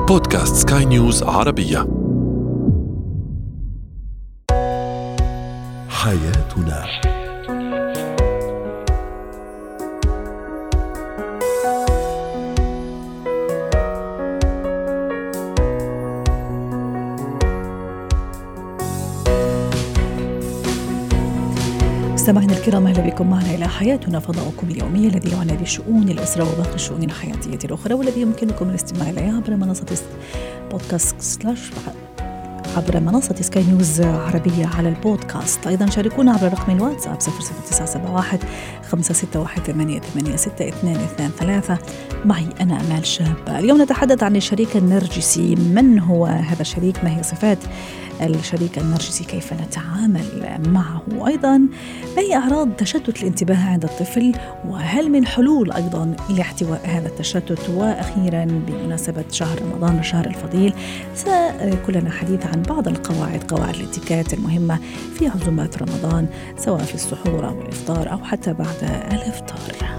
بودكاست سكاي نيوز عربية. حياتنا. مستمعينا الكرام، اهلا بكم معنا الى حياتنا، فضاؤكم اليومي الذي يعنى بشؤون الاسره وباقي الشؤون الحياتيه الاخرى، والذي يمكنكم الاستماع اليه عبر منصه بودكاست عبر منصة سكاي نيوز عربية على البودكاست. أيضا شاركونا عبر رقم الواتساب 00971 561 886223. معي أنا أمال شاب. اليوم نتحدث عن الشريك النرجسي. من هو هذا الشريك؟ ما هي صفات الشريك النرجسي؟ كيف نتعامل معه؟ أيضا ما هي أعراض تشتت الانتباه عند الطفل؟ وهل من حلول أيضا لاحتواء هذا التشتت؟ وأخيرا بمناسبة شهر رمضان الشهر الفضيل سيكون لنا حديث عن بعض قواعد الاتيكيت المهمة في عزومات رمضان، سواء في السحور أو الإفطار أو حتى بعد الإفطار.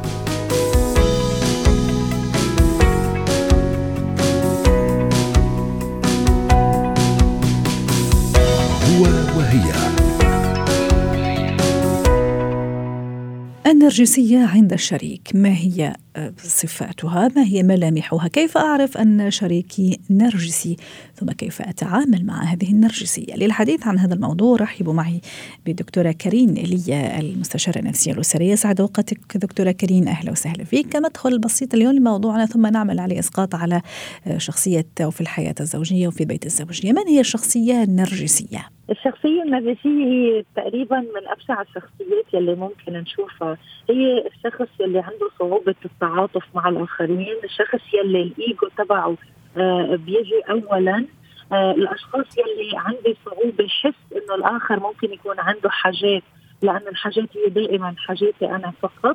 النرجسية عند الشريك، ما هي صفاتها؟ ما هي ملامحها؟ كيف أعرف أن شريكي نرجسي؟ ثم كيف أتعامل مع هذه النرجسية؟ للحديث عن هذا الموضوع رحبوا معي بالدكتورة كريم إيليا، المستشارة النفسية الأسرية. سعد وقتك دكتورة كريم، أهلا وسهلا فيك. كمدخل بسيط اليوم لموضوعنا ثم نعمل عليه إسقاط على شخصية وفي الحياة الزوجية وفي بيت الزوجية. من هي الشخصية النرجسية؟ الشخصية النرجسية هي تقريبا من أبشع الشخصيات يلي ممكن نشوفها. هي الشخص يلي عنده صعوبة التعاطف مع الآخرين، الشخص يلي الإيجو تبعه بيجي أولا، الأشخاص يلي عنده صعوبة يحس إنه الآخر ممكن يكون عنده حاجات، لأن الحاجات هي دائما حاجاتي أنا فقط.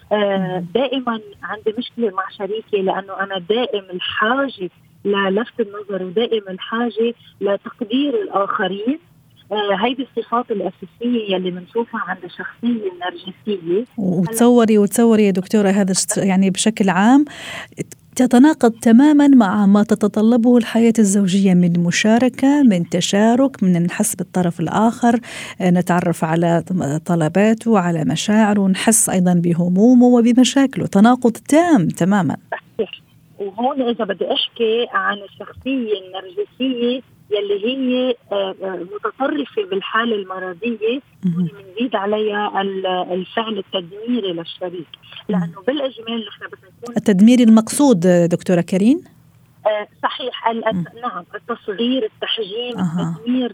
دائما عندي مشكلة مع شريكي لأنه أنا دائم الحاجة للفت النظر ودائم الحاجة لتقدير الآخرين. هيدي الصفات الأساسية يلي بنشوفها عند الشخصية النرجسية. وتصوري يا دكتورة هذا يعني بشكل عام تتناقض تماما مع ما تتطلبه الحياة الزوجية من مشاركة، من تشارك، من نحس بالطرف الآخر، نتعرف على طلباته وعلى مشاعره، ونحس أيضا بهمومه وبمشاكله. تناقض تام تماما. وهون إذا بدي أحكي عن الشخصية النرجسية يلي هي متطرفة بالحالة المرضية، بنزيد عليها الفعل التدميري للشريك، لأنه بالإجمال نحن بس نكون التدمير المقصود دكتورة كريم. صحيح. نعم، التصغير، التحجيم، التدمير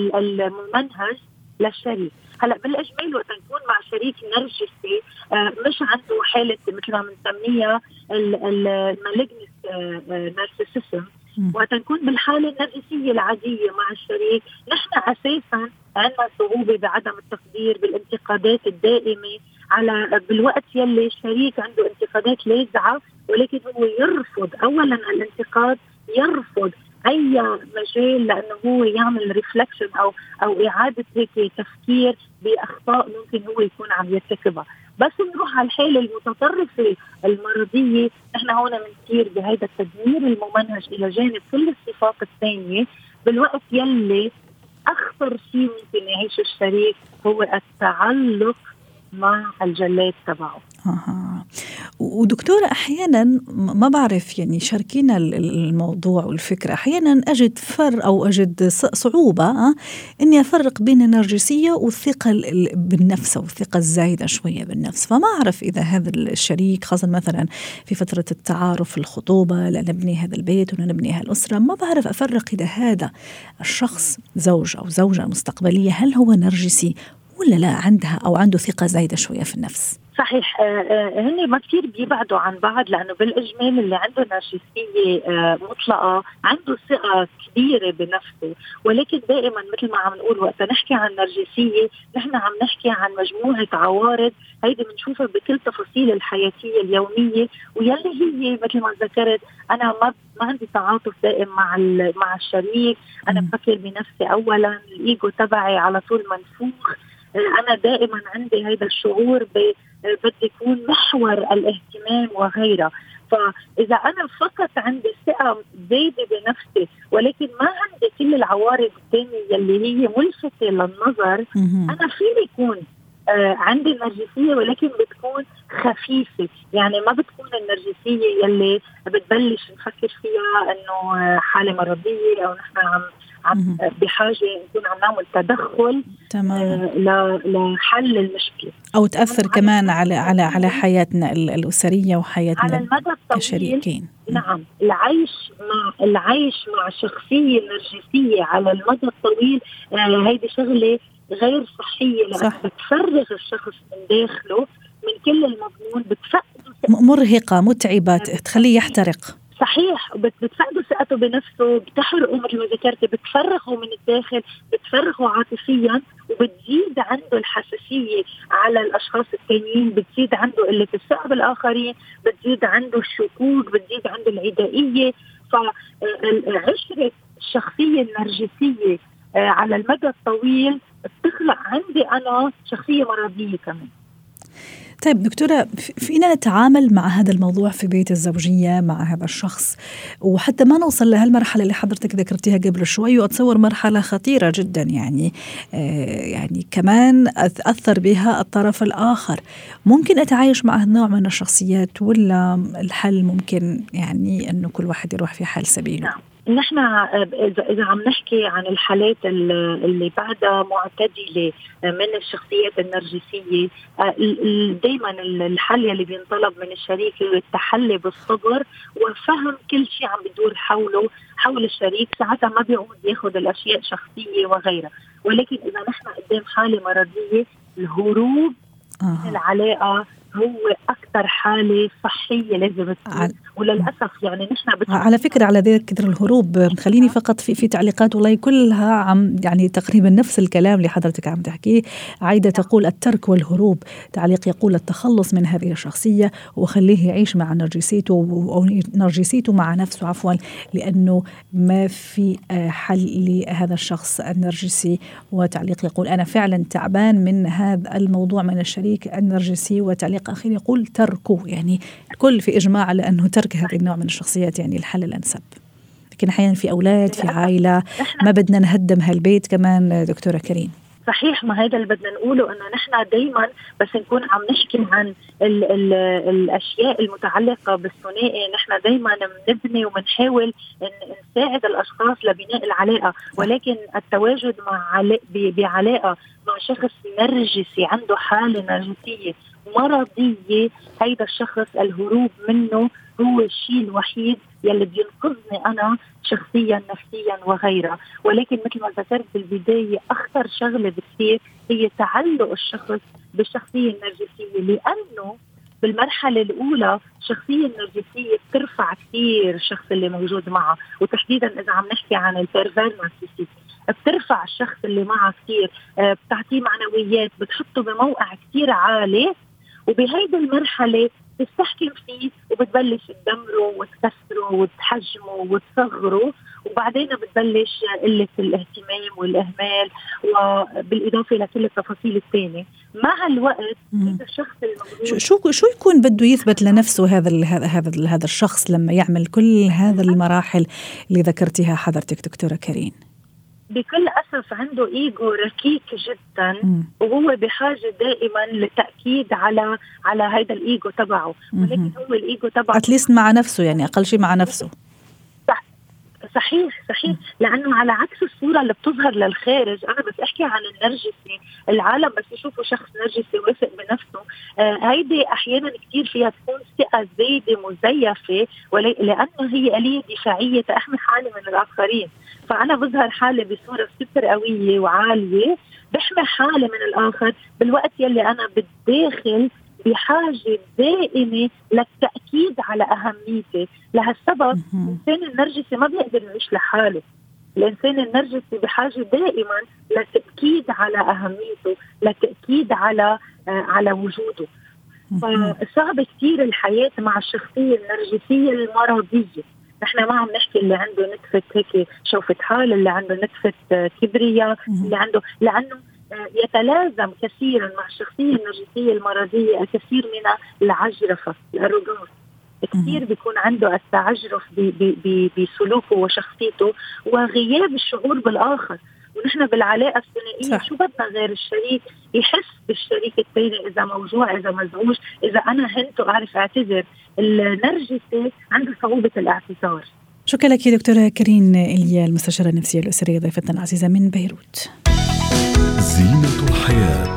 الممنهج للشريك. هلا بالاجمال وقت نكون مع شريك نرجسي مش عنده حاله مثل ما بنسميها المالجنس نارسيسيزم، وقت نكون بالحاله النرجسيه العاديه مع الشريك نحن اساسا عندنا صعوبه بعدم التقدير، بالانتقادات الدائمه، على بالوقت يلي الشريك عنده انتقادات لاذعه، ولكن هو يرفض اولا الانتقاد، يرفض اي مجال لانه هو يعمل ريفلكشن او اعاده هيك تفكير باخطاء ممكن هو يكون عم يرتكبها. بس نروح على الحاله المتطرفه المرضيه، نحن هون بنصير بهذا التدمير الممنهج الى جانب كل الصفات الثانيه، بالوقت يلي اخطر شيء ممكن يعيش الشريك هو التعلق مع الجلاد تبعه. ودكتورة أحيانا ما بعرف يعني شاركينا الموضوع والفكرة، أحيانا أجد أو أجد صعوبة إني أفرق بين النرجسية والثقة بالنفس أو الثقة الزايدة شوية بالنفس. فما أعرف إذا هذا الشريك خاصة مثلا في فترة التعارف، الخطوبة، لنبني هذا البيت ونبني هالأسرة، ما بعرف أفرق إذا هذا الشخص زوج أو زوجة مستقبلية هل هو نرجسي ولا لا، عندها أو عنده ثقة زايدة شوية في النفس. صحيح. هن ما كتير بيبعدوا عن بعض، لأنه بالإجمال اللي عنده نرجسية مطلقة عنده ثقة كبيرة بنفسه، ولكن دائما مثل ما عم نقول وقت نحكي عن نرجسية نحن عم نحكي عن مجموعة عوارض هيدي بنشوفها بكل تفاصيل الحياتية اليومية، ويلي هي مثل ما ذكرت أنا ما عندي تعاطف دائم مع الشريك، أنا بفكر بنفسي أولا، الإيجو تبعي على طول منفوخ، أنا دائما عندي هذا الشعور بدي يكون محور الاهتمام وغيرها. فإذا أنا فقط عندي ثقة زايدة بنفسي، ولكن ما عندي كل العوارض الثانية اللي هي ملفتة للنظر، أنا فيني يكون عندي النرجسية ولكن بتكون خفيفة. يعني ما بتكون النرجسية يلي بتبلش نفكر فيها انه حالة مرضية او نحن عم بحاجة نكون عم نعمل تدخل لحل المشكلة، او تأثر كمان على حياتنا الأسرية وحياتنا على المدى كشريكين. نعم، العيش مع شخصية نرجسية على المدى الطويل هيدي شغلة غير صحية، لأنها بتفرغ الشخص من داخله من كل المضمون، بتفقده مرهقة متعبة، تخليه يحترق. صحيح، بتفقده ثقته بنفسه، بتحرقه مثل ما ذكرت، بتفرغه من الداخل، بتفرغه عاطفيا، وبتزيد عنده الحساسية على الأشخاص التانيين، بتزيد عنده قلة الثقة بالآخرين، بتزيد عنده الشكوك، بتزيد عنده العدائية. فعشرة الشخصية النرجسية على المدى الطويل بتخلق عندي أنا شخصية مرضية كمان. طيب دكتورة، فينا نتعامل مع هذا الموضوع في بيت الزوجية مع هذا الشخص وحتى ما نوصل لهالمرحلة اللي حضرتك ذكرتيها قبل شوي، وأتصور مرحلة خطيرة جدا يعني كمان أثر بها الطرف الآخر. ممكن أتعايش مع هالنوع من الشخصيات ولا الحل ممكن يعني أنه كل واحد يروح في حال سبيله؟ نحن إذا عم نحكي عن الحالات اللي بعدها معتدلة من الشخصيات النرجسية، دايما الحل اللي بينطلب من الشريك هو التحلي بالصبر وفهم كل شيء عم بدور حول الشريك. ساعتها ما بيعود ياخد الأشياء شخصية وغيرها. ولكن إذا نحن قدام حالة مرضية، الهروب من العلاقة هو أكثر حالة صحية لازم تكون. وللأسف يعني نحن على فكرة على ذكر الهروب، خليني فقط في تعليقات والله كلها عم يعني تقريبا نفس الكلام اللي حضرتك عم تحكيه. عايدة تقول الترك والهروب، تعليق يقول التخلص من هذه الشخصية وخليه يعيش مع نرجسيته أو نرجسيته مع نفسه عفوا، لأنه ما في حل لهذا الشخص النرجسي. وتعليق يقول أنا فعلا تعبان من هذا الموضوع من الشريك النرجسي. وتعليق أخير يقول تركه، يعني الكل في إجماع على أنه ترك هذه النوع من الشخصيات يعني الحل الأنسب. لكن أحيانا في أولاد، في عائلة، ما بدنا نهدم هالبيت كمان دكتورة كريم. صحيح، ما هذا اللي بدنا نقوله، انه نحن دايما بس نكون عم نحكي عن الاشياء المتعلقه بالثنائي، نحن دايما بنبني وبنحاول نساعد الاشخاص لبناء العلاقه. ولكن التواجد بعلاقه مع شخص نرجسي عنده حاله نرجسيه مرضيه، هيدا الشخص الهروب منه هو الشيء الوحيد يلي بينقذني أنا شخصيا نفسيا وغيرها. ولكن مثل ما ذكرت بالبداية، أخطر شغلة بتصير هي تعلق الشخص بالشخصية النرجسية، لأنه بالمرحلة الأولى الشخصية النرجسية بترفع كثير الشخص اللي موجود معه، وتحديدا إذا عم نحكي عن البيرفير نارسيسيست، بترفع الشخص اللي معه كثير، بتعطيه معنويات، بتحطه بموقع كثير عالي، وبهيدي المرحلة بتستحكم فيه وبتبلش تدمره وتكسره وتحجمه وتصغره، وبعدين بتبلش قلة الاهتمام والإهمال، وبالإضافة لكل التفاصيل الثانية. مع الوقت هذا الشخص الموجود شو يكون بده يثبت لنفسه هذا الشخص لما يعمل كل هذا المراحل اللي ذكرتها حضرتك دكتورة كريم؟ بكل أسف عنده إيجو ركيك جدا، وهو بحاجة دائما للتأكيد على هذا الإيجو تبعه. ولكن هو الإيجو تبعه أتليست مع نفسه، يعني أقل شيء مع نفسه. صحيح لأنه على عكس الصورة اللي بتظهر للخارج. أنا بس أحكي عن النرجسي، العالم بس يشوفوا شخص نرجسي واثق بنفسه، هيدي أحيانا كتير فيها تكون ثقة زايدة مزيفة، لأنه هي آلية دفاعية تحمي حالي من الآخرين. فأنا بظهر حالي بصورة سوبر قوية وعالية، بحمي حالي من الآخر، بالوقت يلي أنا بالداخل بحاجة دائمة للتأكيد على أهميتي. لهالسبب الإنسان النرجسي ما بيقدر يعيش لحاله. الإنسان النرجسي بحاجة دائما للتأكيد على أهميته، للتأكيد على وجوده. فصعب كتير الحياة مع الشخصية النرجسية المرضية. نحن ما عم نحكي اللي عنده نتفة هيك شوفة حال، اللي عنده نتفة كبرياء، اللي عنده، لأنه يتلازم كثيرا مع الشخصية النرجسية المرضية الكثير من العجرفة، الأروغانس، كثير بيكون عنده التعجرف بسلوكه وشخصيته وغياب الشعور بالآخر. ونحن بالعلاقة الثنائية شو بدنا غير الشريك يحس بالشريك الثاني إذا موجوع إذا مزعوج، إذا أنا هنت وأعرف أعتذر. النرجسي عنده صعوبة الاعتذار. شكرا لك دكتورة كريم إليا، المستشارة النفسية الأسرية، ضيفتنا العزيزة من بيروت. زينة الحياة.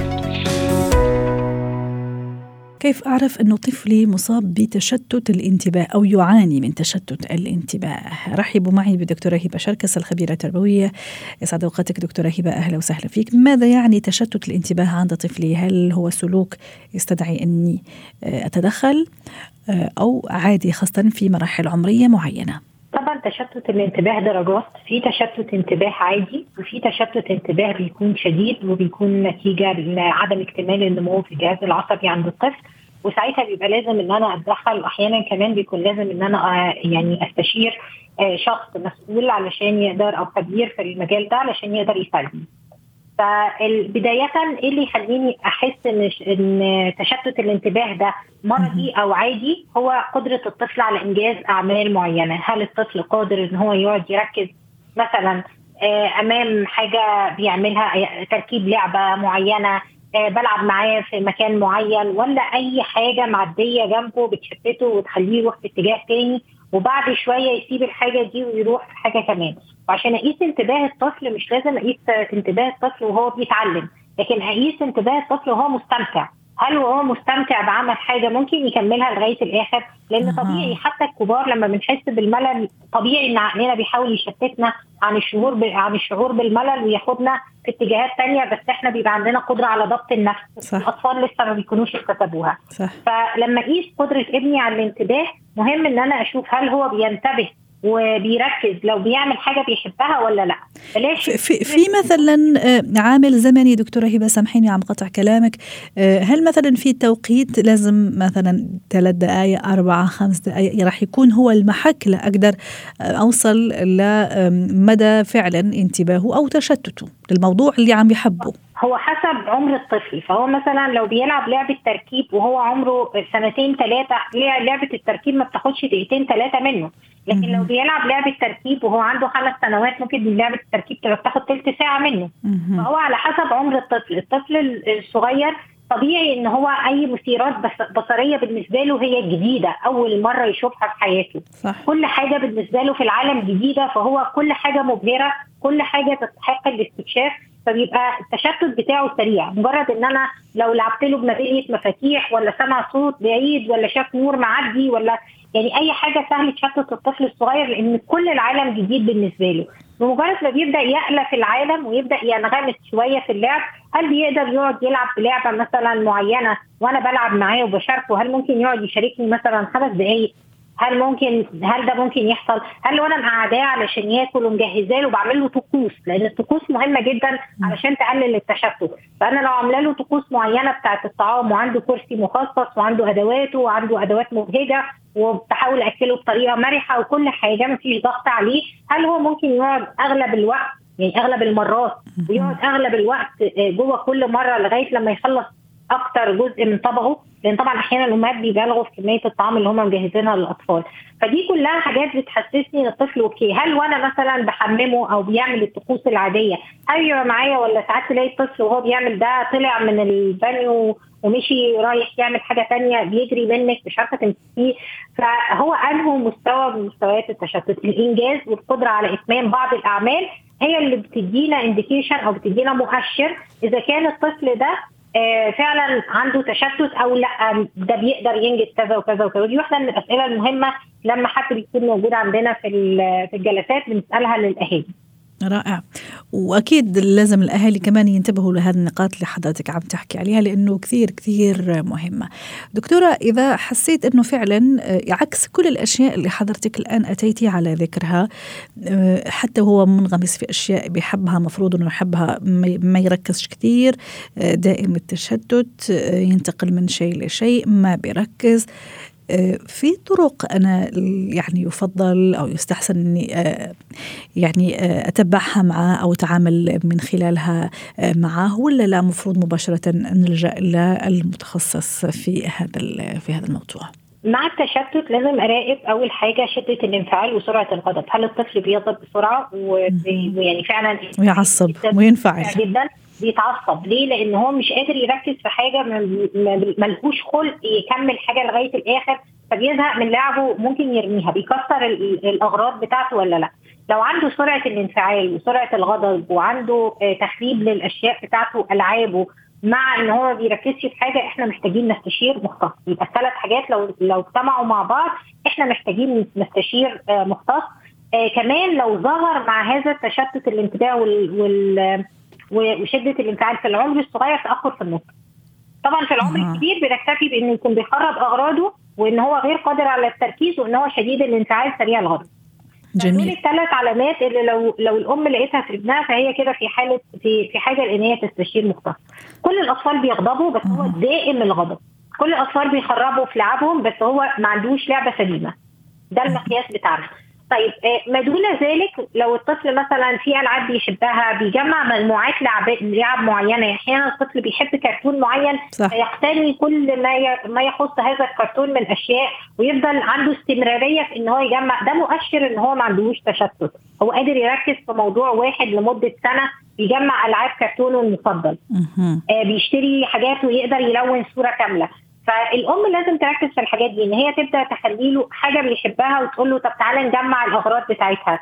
كيف أعرف أنه طفلي مصاب بتشتت الانتباه أو يعاني من تشتت الانتباه؟ رحبوا معي بدكتورة هبة شركس، الخبيرة التربوية. يسعد أوقاتك دكتورة هبة، أهلا وسهلا فيك. ماذا يعني تشتت الانتباه عند طفلي؟ هل هو سلوك يستدعي أني أتدخل أو عادي خاصة في مراحل عمرية معينة؟ طبعا تشتت الانتباه درجات، في تشتت انتباه عادي وفي تشتت انتباه بيكون شديد وبيكون نتيجة لعدم اكتمال النمو في الجهاز العصبي عند الطفل، وساعتها بيبقى لازم ان انا اتدخل، واحيانا كمان بيكون لازم ان انا يعني استشير شخص مسؤول علشان يقدر او خبير في المجال ده علشان يقدر يساعدني. فبداية ايه اللي يخليني احس ان تشتت الانتباه ده مرضي او عادي؟ هو قدرة الطفل على انجاز اعمال معينة. هل الطفل قادر ان هو يقعد يركز مثلا امام حاجة بيعملها، تركيب لعبة معينة، بلعب معاه في مكان معين، ولا اي حاجة معدية جنبه بتشتته وتخليه يروح في اتجاه تاني وبعد شوية يسيب الحاجة دي ويروح في حاجة كمان. وعشان أقيس انتباه الطفل مش لازم أقيس انتباه الطفل وهو بيتعلم، لكن أقيس انتباه الطفل وهو مستمتع. هل هو مستمتع بعمل حاجة ممكن يكملها لغاية الآخر؟ لأن طبيعي حتى الكبار لما بنحس بالملل طبيعي إن عقلنا بيحاول يشتتنا عن الشعور بالملل وياخدنا في اتجاهات تانية، بس احنا بيبقى عندنا قدرة على ضبط النفس. صح. الأطفال لسه ما بيكونوش اكتسبوها. فلما أقيس قدرة ابني على الانتباه مهم إن أنا أشوف هل هو بينتبه وبيركز لو بيعمل حاجة بيحبها ولا لا. في مثلا عامل زمني دكتورة هبة، سامحيني عم قطع كلامك، هل مثلا في توقيت لازم مثلا 3 دقائق 4 5 دقائق راح يكون هو المحك لأقدر أوصل لمدى فعلا انتباهه أو تشتته للموضوع اللي عم يحبه؟ هو حسب عمر الطفل. فهو مثلا لو بيلعب لعبة تركيب وهو عمره 2 3 سنين، لعبة التركيب ما بتاخدش 2 3 منه. لكن لو بيلعب لعبة تركيب وهو عنده 5 سنوات ممكن لعبة التركيب تاخد 3 ساعة منه. فهو على حسب عمر الطفل. الطفل الصغير طبيعي ان هو اي مثيرات بصرية بالنسبة له هي جديدة، اول مرة يشوفها في حياته. صح. كل حاجة بالنسبة له في العالم جديدة، فهو كل حاجة مبهرة، كل حاجة تستحق الاستكشاف. فبيبقى التشتت بتاعه سريع. مجرد ان انا لو لعبت له بميدالية مفاتيح ولا سمع صوت بعيد ولا شاف نور معدي ولا يعني اي حاجة سهل تشتت الطفل الصغير، لان كل العالم جديد بالنسبة له. بمجرد ما بيبدأ يألف في العالم ويبدأ ينغمس شوية في اللعب، هل بيقدر يقعد يلعب في لعبة مثلا معينة وانا بلعب معاه وبشاركه؟ هل ممكن يقعد يشاركني مثلا 5 دقايق؟ هل ده ممكن يحصل؟ هل لو انا مقعداه علشان ياكل ومجهزاه له بعمل له طقوس، لان الطقوس مهمه جدا علشان تقلل التشتت. فانا لو عامله له طقوس معينه بتاعه الطعام وعنده كرسي مخصص وعنده ادواته وعنده ادوات مبهجه وبحاول اكله بطريقه مرحه وكل حاجه مفيش ضغط عليه، هل هو ممكن يقعد اغلب الوقت، يعني اغلب المرات، ويقعد اغلب الوقت جوه كل مره لغايه لما يخلص اكتر جزء من طبقه؟ لان طبعا احيانا الامهات بيبالغوا في كميه الطعام اللي هم مجهزينها للاطفال. فدي كلها حاجات بتحسسني ان الطفل اوكي. هل وانا مثلا بحممه او بيعمل الطقوس العاديه ايوه معايا، ولا ساعات تلاقي الطفل وهو بيعمل ده طلع من البانيو ومشي رايح يعمل حاجه تانية، بيجري منك مش عارفه تمسكيه؟ فهو انه مستوى من مستويات التشتت. الانجاز والقدره على اتمام بعض الاعمال هي اللي بتدينا انديكيشن او بتدينا مؤشر اذا كان الطفل ده فعلا عنده تشتت او لا، ده بيقدر ينجز كذا وكذا وكذا. دي واحده من الاسئله المهمه لما حد بيكون موجود عندنا في الجلسات بنسالها للاهالي. رائع. وأكيد لازم الأهالي كمان ينتبهوا لهذه النقاط اللي حضرتك عم تحكي عليها، لأنه كثير كثير مهمة. دكتورة، إذا حسيت أنه فعلا عكس كل الأشياء اللي حضرتك الآن أتيتي على ذكرها، حتى هو منغمس في أشياء بيحبها مفروض أنه يحبها، ما يركزش كثير، دائم التشتت، ينتقل من شيء لشيء، ما بيركز، في طرق أنا يعني يفضل أو يستحسن أني يعني أتبعها معه أو أتعامل من خلالها معه، ولا لا مفروض مباشرة نلجأ للمتخصص في هذا الموضوع؟ مع التشتت لازم أراقب أول حاجة شدة الانفعال وسرعة الغضب. هل الطفل بيغضب بسرعة ويعني فعلا ويعصب وينفعل جدا، بيتعصب ليه؟ لأن هو مش قادر يركز في حاجة، ملهوش خلق يكمل حاجة لغاية الآخر، فبيزهق من لعبه، ممكن يرميها، بيكسر الأغراض بتاعته ولا لا. لو عنده سرعة الانفعال وسرعة الغضب وعنده تخريب للأشياء بتاعته، ألعابه، مع ان هو ما بيركزش في حاجه، احنا محتاجين نستشير مختص. يبقى الثلاث حاجات لو اجتمعوا مع بعض احنا محتاجين نستشير مختص. كمان لو ظهر مع هذا التشتت الانتباه وشده الانفعال في العمر الصغير تاخر في النطق. طبعا في العمر الكبير بنكتفي بانه يكون بيخرب اغراضه، وان هو غير قادر على التركيز، وان هو شديد الانفعال سريع الغضب. جميل. دول الثلاث علامات اللي لو الام لقيتها في ابنها فهي كده في حاله في حاجه ان هي تستشير مختص. كل الاطفال بيغضبوا بس هو دائم الغضب، كل الاطفال بيخربوا في لعبهم بس هو ما عندوش لعبه سليمه. ده المقياس بتاعنا. طيب ما دون ذلك لو الطفل مثلا في العاب بيحبها، بيجمع مجموعات لعب معينه، احيانا الطفل بيحب كرتون معين فيقتني كل ما يخص هذا الكرتون من اشياء ويفضل عنده استمراريه في ان هو يجمع، ده مؤشر ان هو ما عندوش تشتت، هو قادر يركز في موضوع واحد لمده سنه، بيجمع العاب كرتونه المفضل، بيشتري حاجات ويقدر يلون صوره كامله. فالام لازم تركز في الحاجات دي، ان هي تبدا تخلي له حاجه بيحبها وتقول له طب تعالى نجمع الاغراض بتاعتها.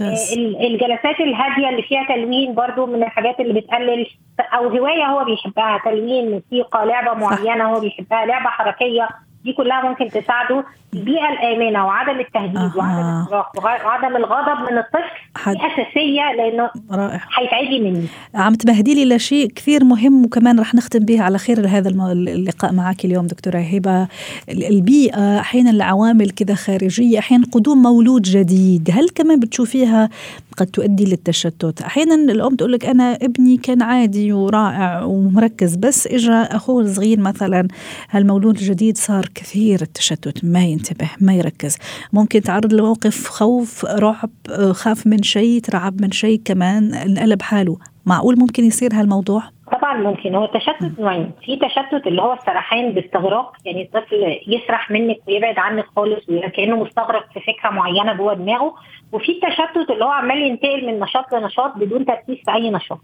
الجلسات الهاديه اللي فيها تلوين برضو من الحاجات اللي بتقلل، او هوايه هو بيحبها، تلوين، موسيقى، لعبه معينه هو بيحبها، لعبه حركيه، دي كلها ممكن تساعده. البيئه الامنه وعدم التهديد وعدم الصراخ وعدم الغضب من الطفل دي اساسيه، لانه هيتعدي مني. عم تبهدي لي لشيء كثير مهم، وكمان رح نختم به على خير هذا اللقاء معك اليوم دكتورة هبة. البيئه احيانا العوامل كذا خارجيه، احيانا قدوم مولود جديد، هل كمان بتشوفيها قد تؤدي للتشتت؟ احيانا الام تقول لك انا ابني كان عادي ورائع ومركز، بس اجى اخوه الصغير مثلا هالمولود الجديد صار كثير التشتت، ما ينتبه، ما يركز، ممكن تعرض لموقف خوف، رعب، خاف من شيء، ترعب من شيء، كمان انقلب حاله. معقول ممكن يصير هالموضوع؟ طبعا ممكن. هو التشتت نوعين، في تشتت اللي هو السرحان باستغراق، يعني الطفل يسرح منك ويبعد عنك خالص وكأنه مستغرق في فكرة معينة جوه دماغه، وفي التشتت اللي هو عمال ينتقل من نشاط لنشاط بدون تركيز في أي نشاط.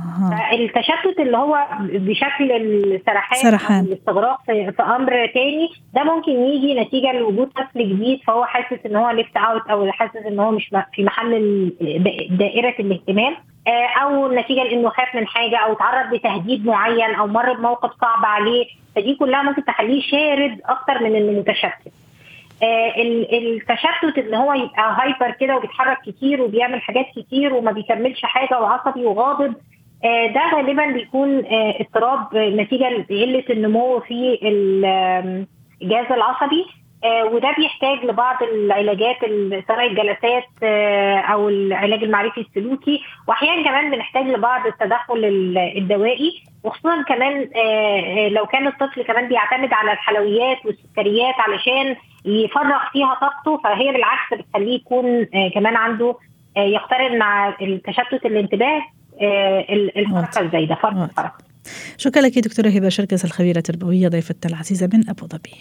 التشتت اللي هو بشكل السرحان والاستغراق في أمر تاني، ده ممكن يجي نتيجة لوجود طفل جديد، فهو حاسس ان هو ليفت اوت، او حاسس ان هو مش في محل دائرة الاهتمام، او نتيجة لانه خاف من حاجة، او تعرض لتهديد معين، او مر بموقف صعب عليه. فدي كلها ممكن تخليه شارد اكتر من انه متشتت. التشتت اللي هو يبقى هايبر كده وبيتحرك كتير وبيعمل حاجات كتير وما بيكملش حاجة وعصبي وغاضب، ده غالبا بيكون اضطراب نتيجة لقلة النمو في الجهاز العصبي، وده بيحتاج لبعض العلاجات سواء الجلسات او العلاج المعرفي السلوكي، واحيانا كمان بنحتاج لبعض التدخل الدوائي، وخصوصا كمان لو كان الطفل كمان بيعتمد على الحلويات والسكريات علشان يفرغ فيها طاقته، فهي بالعكس بتخليه يكون كمان عنده يقترن مع التشتت الانتباه الحركه الزايده، فرط الحركه. شكرا لك دكتورة هبة شركس، الخبيرة التربوية، ضيفتنا العزيزة من أبو ظبي.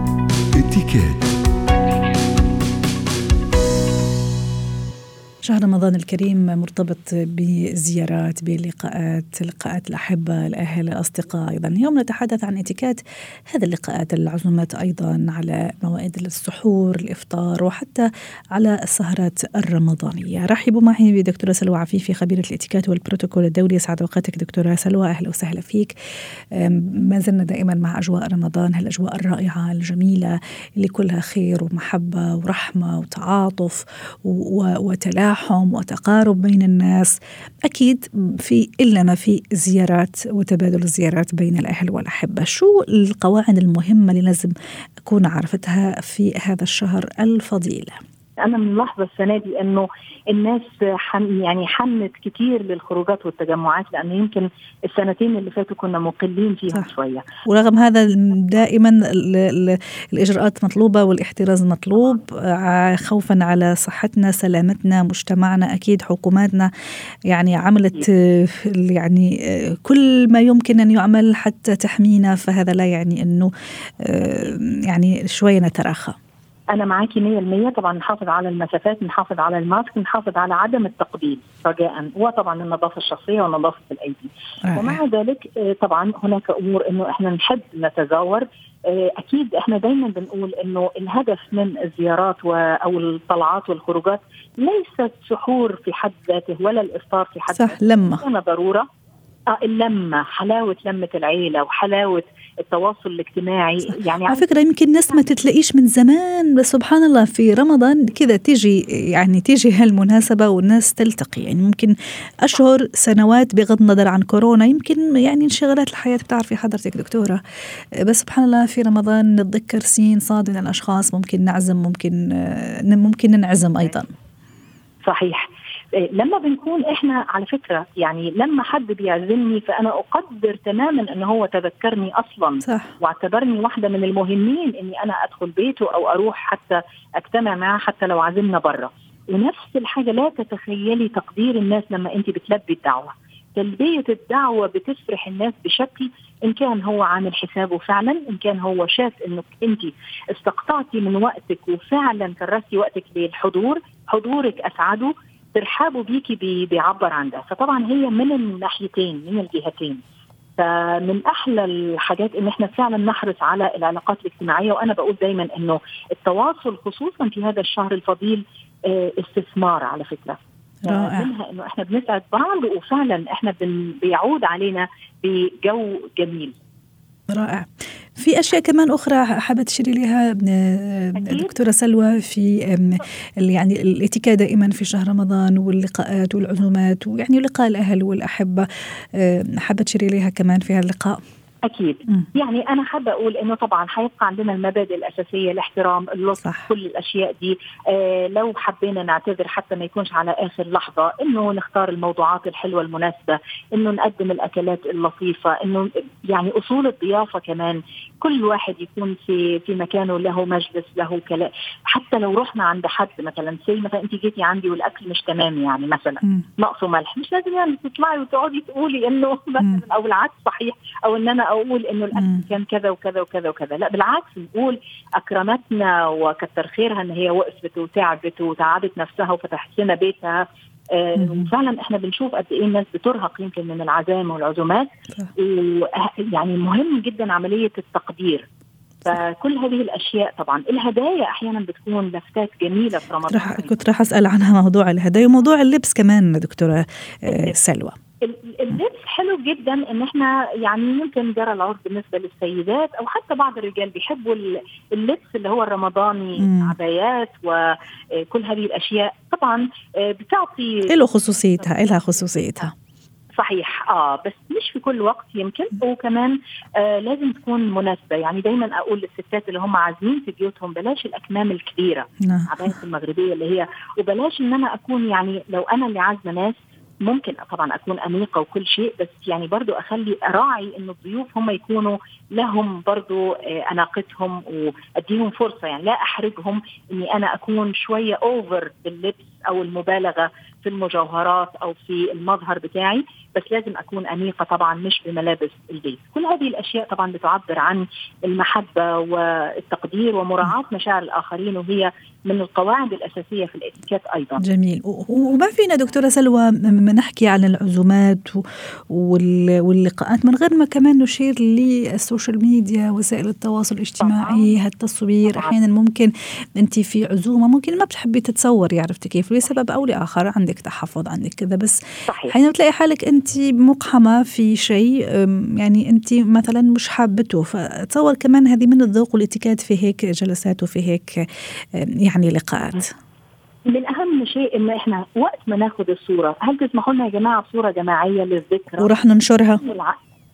شهر رمضان الكريم مرتبط بزيارات، بلقاءات، لقاءات الأحبة، الأهل، الأصدقاء. أيضا اليوم نتحدث عن اتيكيت هذه اللقاءات، العزومات، أيضا على موائد السحور، الإفطار، وحتى على السهرات الرمضانية. رحبوا معي بدكتورة سلوى عفيفي، خبيرة الاتيكيت والبروتوكول الدولي. سعد أوقاتك دكتورة سلوى، أهلا وسهلا فيك. ما زلنا دائما مع أجواء رمضان، هالأجواء الرائعة الجميلة اللي كلها خير ومحبة ورحمة وتعاطف وتلاحم وتقارب بين الناس. أكيد في إلا ما في زيارات وتبادل الزيارات بين الأهل والأحبة. شو القواعد المهمة اللي لازم أكون عرفتها في هذا الشهر الفضيل؟ أنا من لحظة السنة دي إنه الناس حنت كتير للخروجات والتجمعات، لأنه يمكن السنتين اللي فاتوا كنا مقلين فيها شوية. ورغم هذا دائما الإجراءات مطلوبة والاحتراز مطلوب، خوفا على صحتنا سلامتنا مجتمعنا. أكيد حكوماتنا يعني عملت يعني كل ما يمكن أن يعمل حتى تحمينا، فهذا لا يعني أنه يعني شوية نتراخى. أنا معاكي 100%. طبعا نحافظ على المسافات، نحافظ على الماسك، نحافظ على عدم التقبيل رجاء، وطبعا النظافة الشخصية ونظافة الأيدي. ومع ذلك طبعا هناك أمور إنه إحنا نحب نتزاور. أكيد إحنا دايما بنقول إنه الهدف من الزيارات أو الطلعات والخروجات ليست سحور في حد ذاته ولا الإفطار في حد ذاته، لمة أنا ضرورة اللمة، حلاوة لمة العيلة وحلاوة التواصل الاجتماعي. يعني على فكرة يمكن ناس ما تتلاقيش من زمان، بس سبحان الله في رمضان كذا تيجي هالمناسبة والناس تلتقي. يعني ممكن أشهر سنوات بغض النظر عن كورونا، يمكن يعني انشغالات الحياة بتعرفي حضرتك دكتورة، بس سبحان الله في رمضان نتذكر سين صاد من الأشخاص، ممكن نعزم، ممكن ننعزم أيضا. صحيح. لما بنكون احنا على فكرة يعني لما حد بيعزمني فأنا أقدر تماما أنه هو تذكرني أصلا، صح. واعتبرني واحدة من المهمين أني أنا أدخل بيته أو أروح حتى أجتمع معه حتى لو عزمنا برا. ونفس الحاجة لا تتخيلي تقدير الناس لما أنت بتلبي الدعوة. تلبية الدعوة بتفرح الناس بشكل، إن كان هو عامل حسابه فعلا، إن كان هو شاف إنك أنت استقطعتي من وقتك وفعلا كرستي وقتك للحضور، حضورك أسعده، ترحابه بيكي بيعبر عن ده. فطبعا هي من الناحيتين، من الجهتين. فمن أحلى الحاجات إن إحنا فعلا نحرص على العلاقات الاجتماعية. وأنا بقول دايما إنه التواصل خصوصا في هذا الشهر الفضيل استثمار على فكرة. منها إنه إحنا بنسعد بعض، وفعلا إحنا بيعود علينا بجو جميل. رائع. في أشياء كمان أخرى حابة تشيري لها دكتورة سلوى في يعني الاتيكيت دائما في شهر رمضان واللقاءات والعزومات، ويعني لقاء الأهل والأحبة، حابة تشيري لها كمان في هذا اللقاء؟ أكيد. يعني أنا حابة أقول إنه طبعا حيبقى عندنا المبادئ الأساسية، الاحترام، اللطف، كل الأشياء دي. لو حبينا نعتذر حتى ما يكونش على آخر لحظة، إنه نختار الموضوعات الحلوة المناسبة، إنه نقدم الأكلات اللطيفة، إنه يعني أصول الضيافة كمان، كل واحد يكون في مكانه، له مجلس، له كلام. حتى لو رحنا عند حد مثلا مثلا أنت جيتي عندي والأكل مش تمام، يعني مثلا نقصه ملح، مش لازم يعني تطلعي وتقعدي تقولي إنه مثلا أو العكس صحيح، أو إن أنا أقول إنه الأكل كان كذا وكذا وكذا وكذا. لا بالعكس، نقول أكرمتنا وكتر خيرها إن هي وقفت وتعبت وتعبت نفسها وفتحت لنا بيتها. وفعلا إحنا بنشوف قد إيه الناس بترهق يمكن من العزائم والعزومات. يعني مهم جدا عملية التقدير. فكل هذه الأشياء، طبعا الهدايا أحيانا بتكون لفتات جميلة في رمضان. كنت راح أسأل عنها موضوع الهدايا وموضوع اللبس كمان دكتورة سلوى. اللبس حلو جدا ان احنا يعني ممكن جرى العرف بالنسبه للسيدات او حتى بعض الرجال بيحبوا اللبس اللي هو الرمضاني، عبايات وكل هذه الاشياء. طبعا بتعطي لها خصوصيتها. صحيح. بس مش في كل وقت يمكن، وكمان لازم تكون مناسبة. يعني دايما أقول للستات اللي هم عازمين في بيوتهم بلاش الأكمام الكبيرة، عباية المغربية اللي هي، وبلاش إن أنا أكون يعني لو أنا اللي عازمة ناس ممكن طبعا أكون أنيقة وكل شيء، بس يعني برضو أراعي إنه الضيوف هم يكونوا لهم برضو أناقتهم وأديهم فرصة. يعني لا أحرجهم إني أنا أكون شوية أوفر باللبس أو المبالغة في المجوهرات أو في المظهر بتاعي، بس لازم أكون أنيقة طبعا مش بملابس البيت. كل هذه الأشياء طبعا بتعبر عن المحبة والتقدير ومراعاة مشاعر الآخرين، وهي من القواعد الأساسية في الاتيكيت أيضا. جميل. وما فينا دكتورة سلوى ما نحكي عن العزومات واللقاءات من غير ما كمان نشير للسوشيال ميديا، وسائل التواصل الاجتماعي. هالتصوير أحيانا ممكن أنت في عزومة ممكن ما بتحبي تتصوري، عرفتي كيف، لسبب أو لآخر، عندك تحفظ، عندك كذا، بس حين تلاقي حالك أنت مقحمة في شيء يعني أنت مثلا مش حابته، فتصور كمان هذه من الذوق والاتيكيت في هيك جلسات وفي هيك يعني لقاءات. من أهم شيء إن إحنا وقت ما ناخد الصورة، هل تسمحوا لنا يا جماعة بصورة جماعية للذكرى ورح ننشرها؟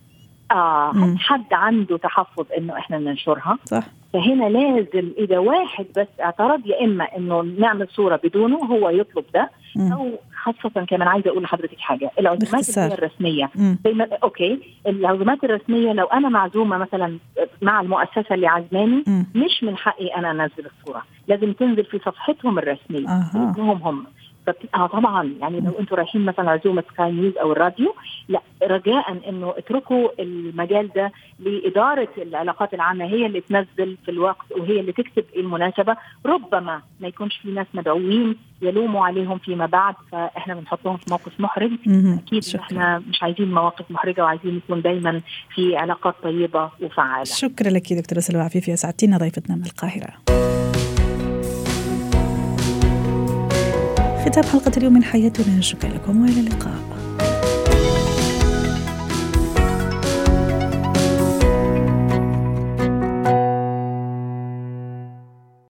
حد عنده تحفظ إنه إحنا ننشرها. صح. فهنا لازم إذا واحد بس اعترض، يا إما إنه نعمل صورة بدونه هو يطلب ده، أو خاصة كمان عايزة أقول لحضرتك حاجة، العزومات الرسمية أوكي، العزومات الرسمية لو أنا معزومة مثلا مع المؤسسة اللي عزماني، مش من حقي أنا أنزل الصورة، لازم تنزل في صفحتهم الرسمية هم. طبعا يعني لو انتوا رايحين مثلا عزومه سكاي نيوز او الراديو، لا رجاء انه اتركوا المجال ده لاداره العلاقات العامه، هي اللي تنزل في الوقت وهي اللي تكتب المناسبه. ربما ما يكونش في ناس مدعوين يلوموا عليهم فيما بعد، فاحنا بنحطهم في موقف محرج. اكيد احنا مش عايزين مواقف محرجه، وعايزين نكون دايما في علاقات طيبه وفعاله. شكرا لك دكتوره سلوى عفيفي، سعدتينا ضيفتنا من القاهره. ختام حلقة اليوم من حياتنا، شكرا لكم وإلى اللقاء.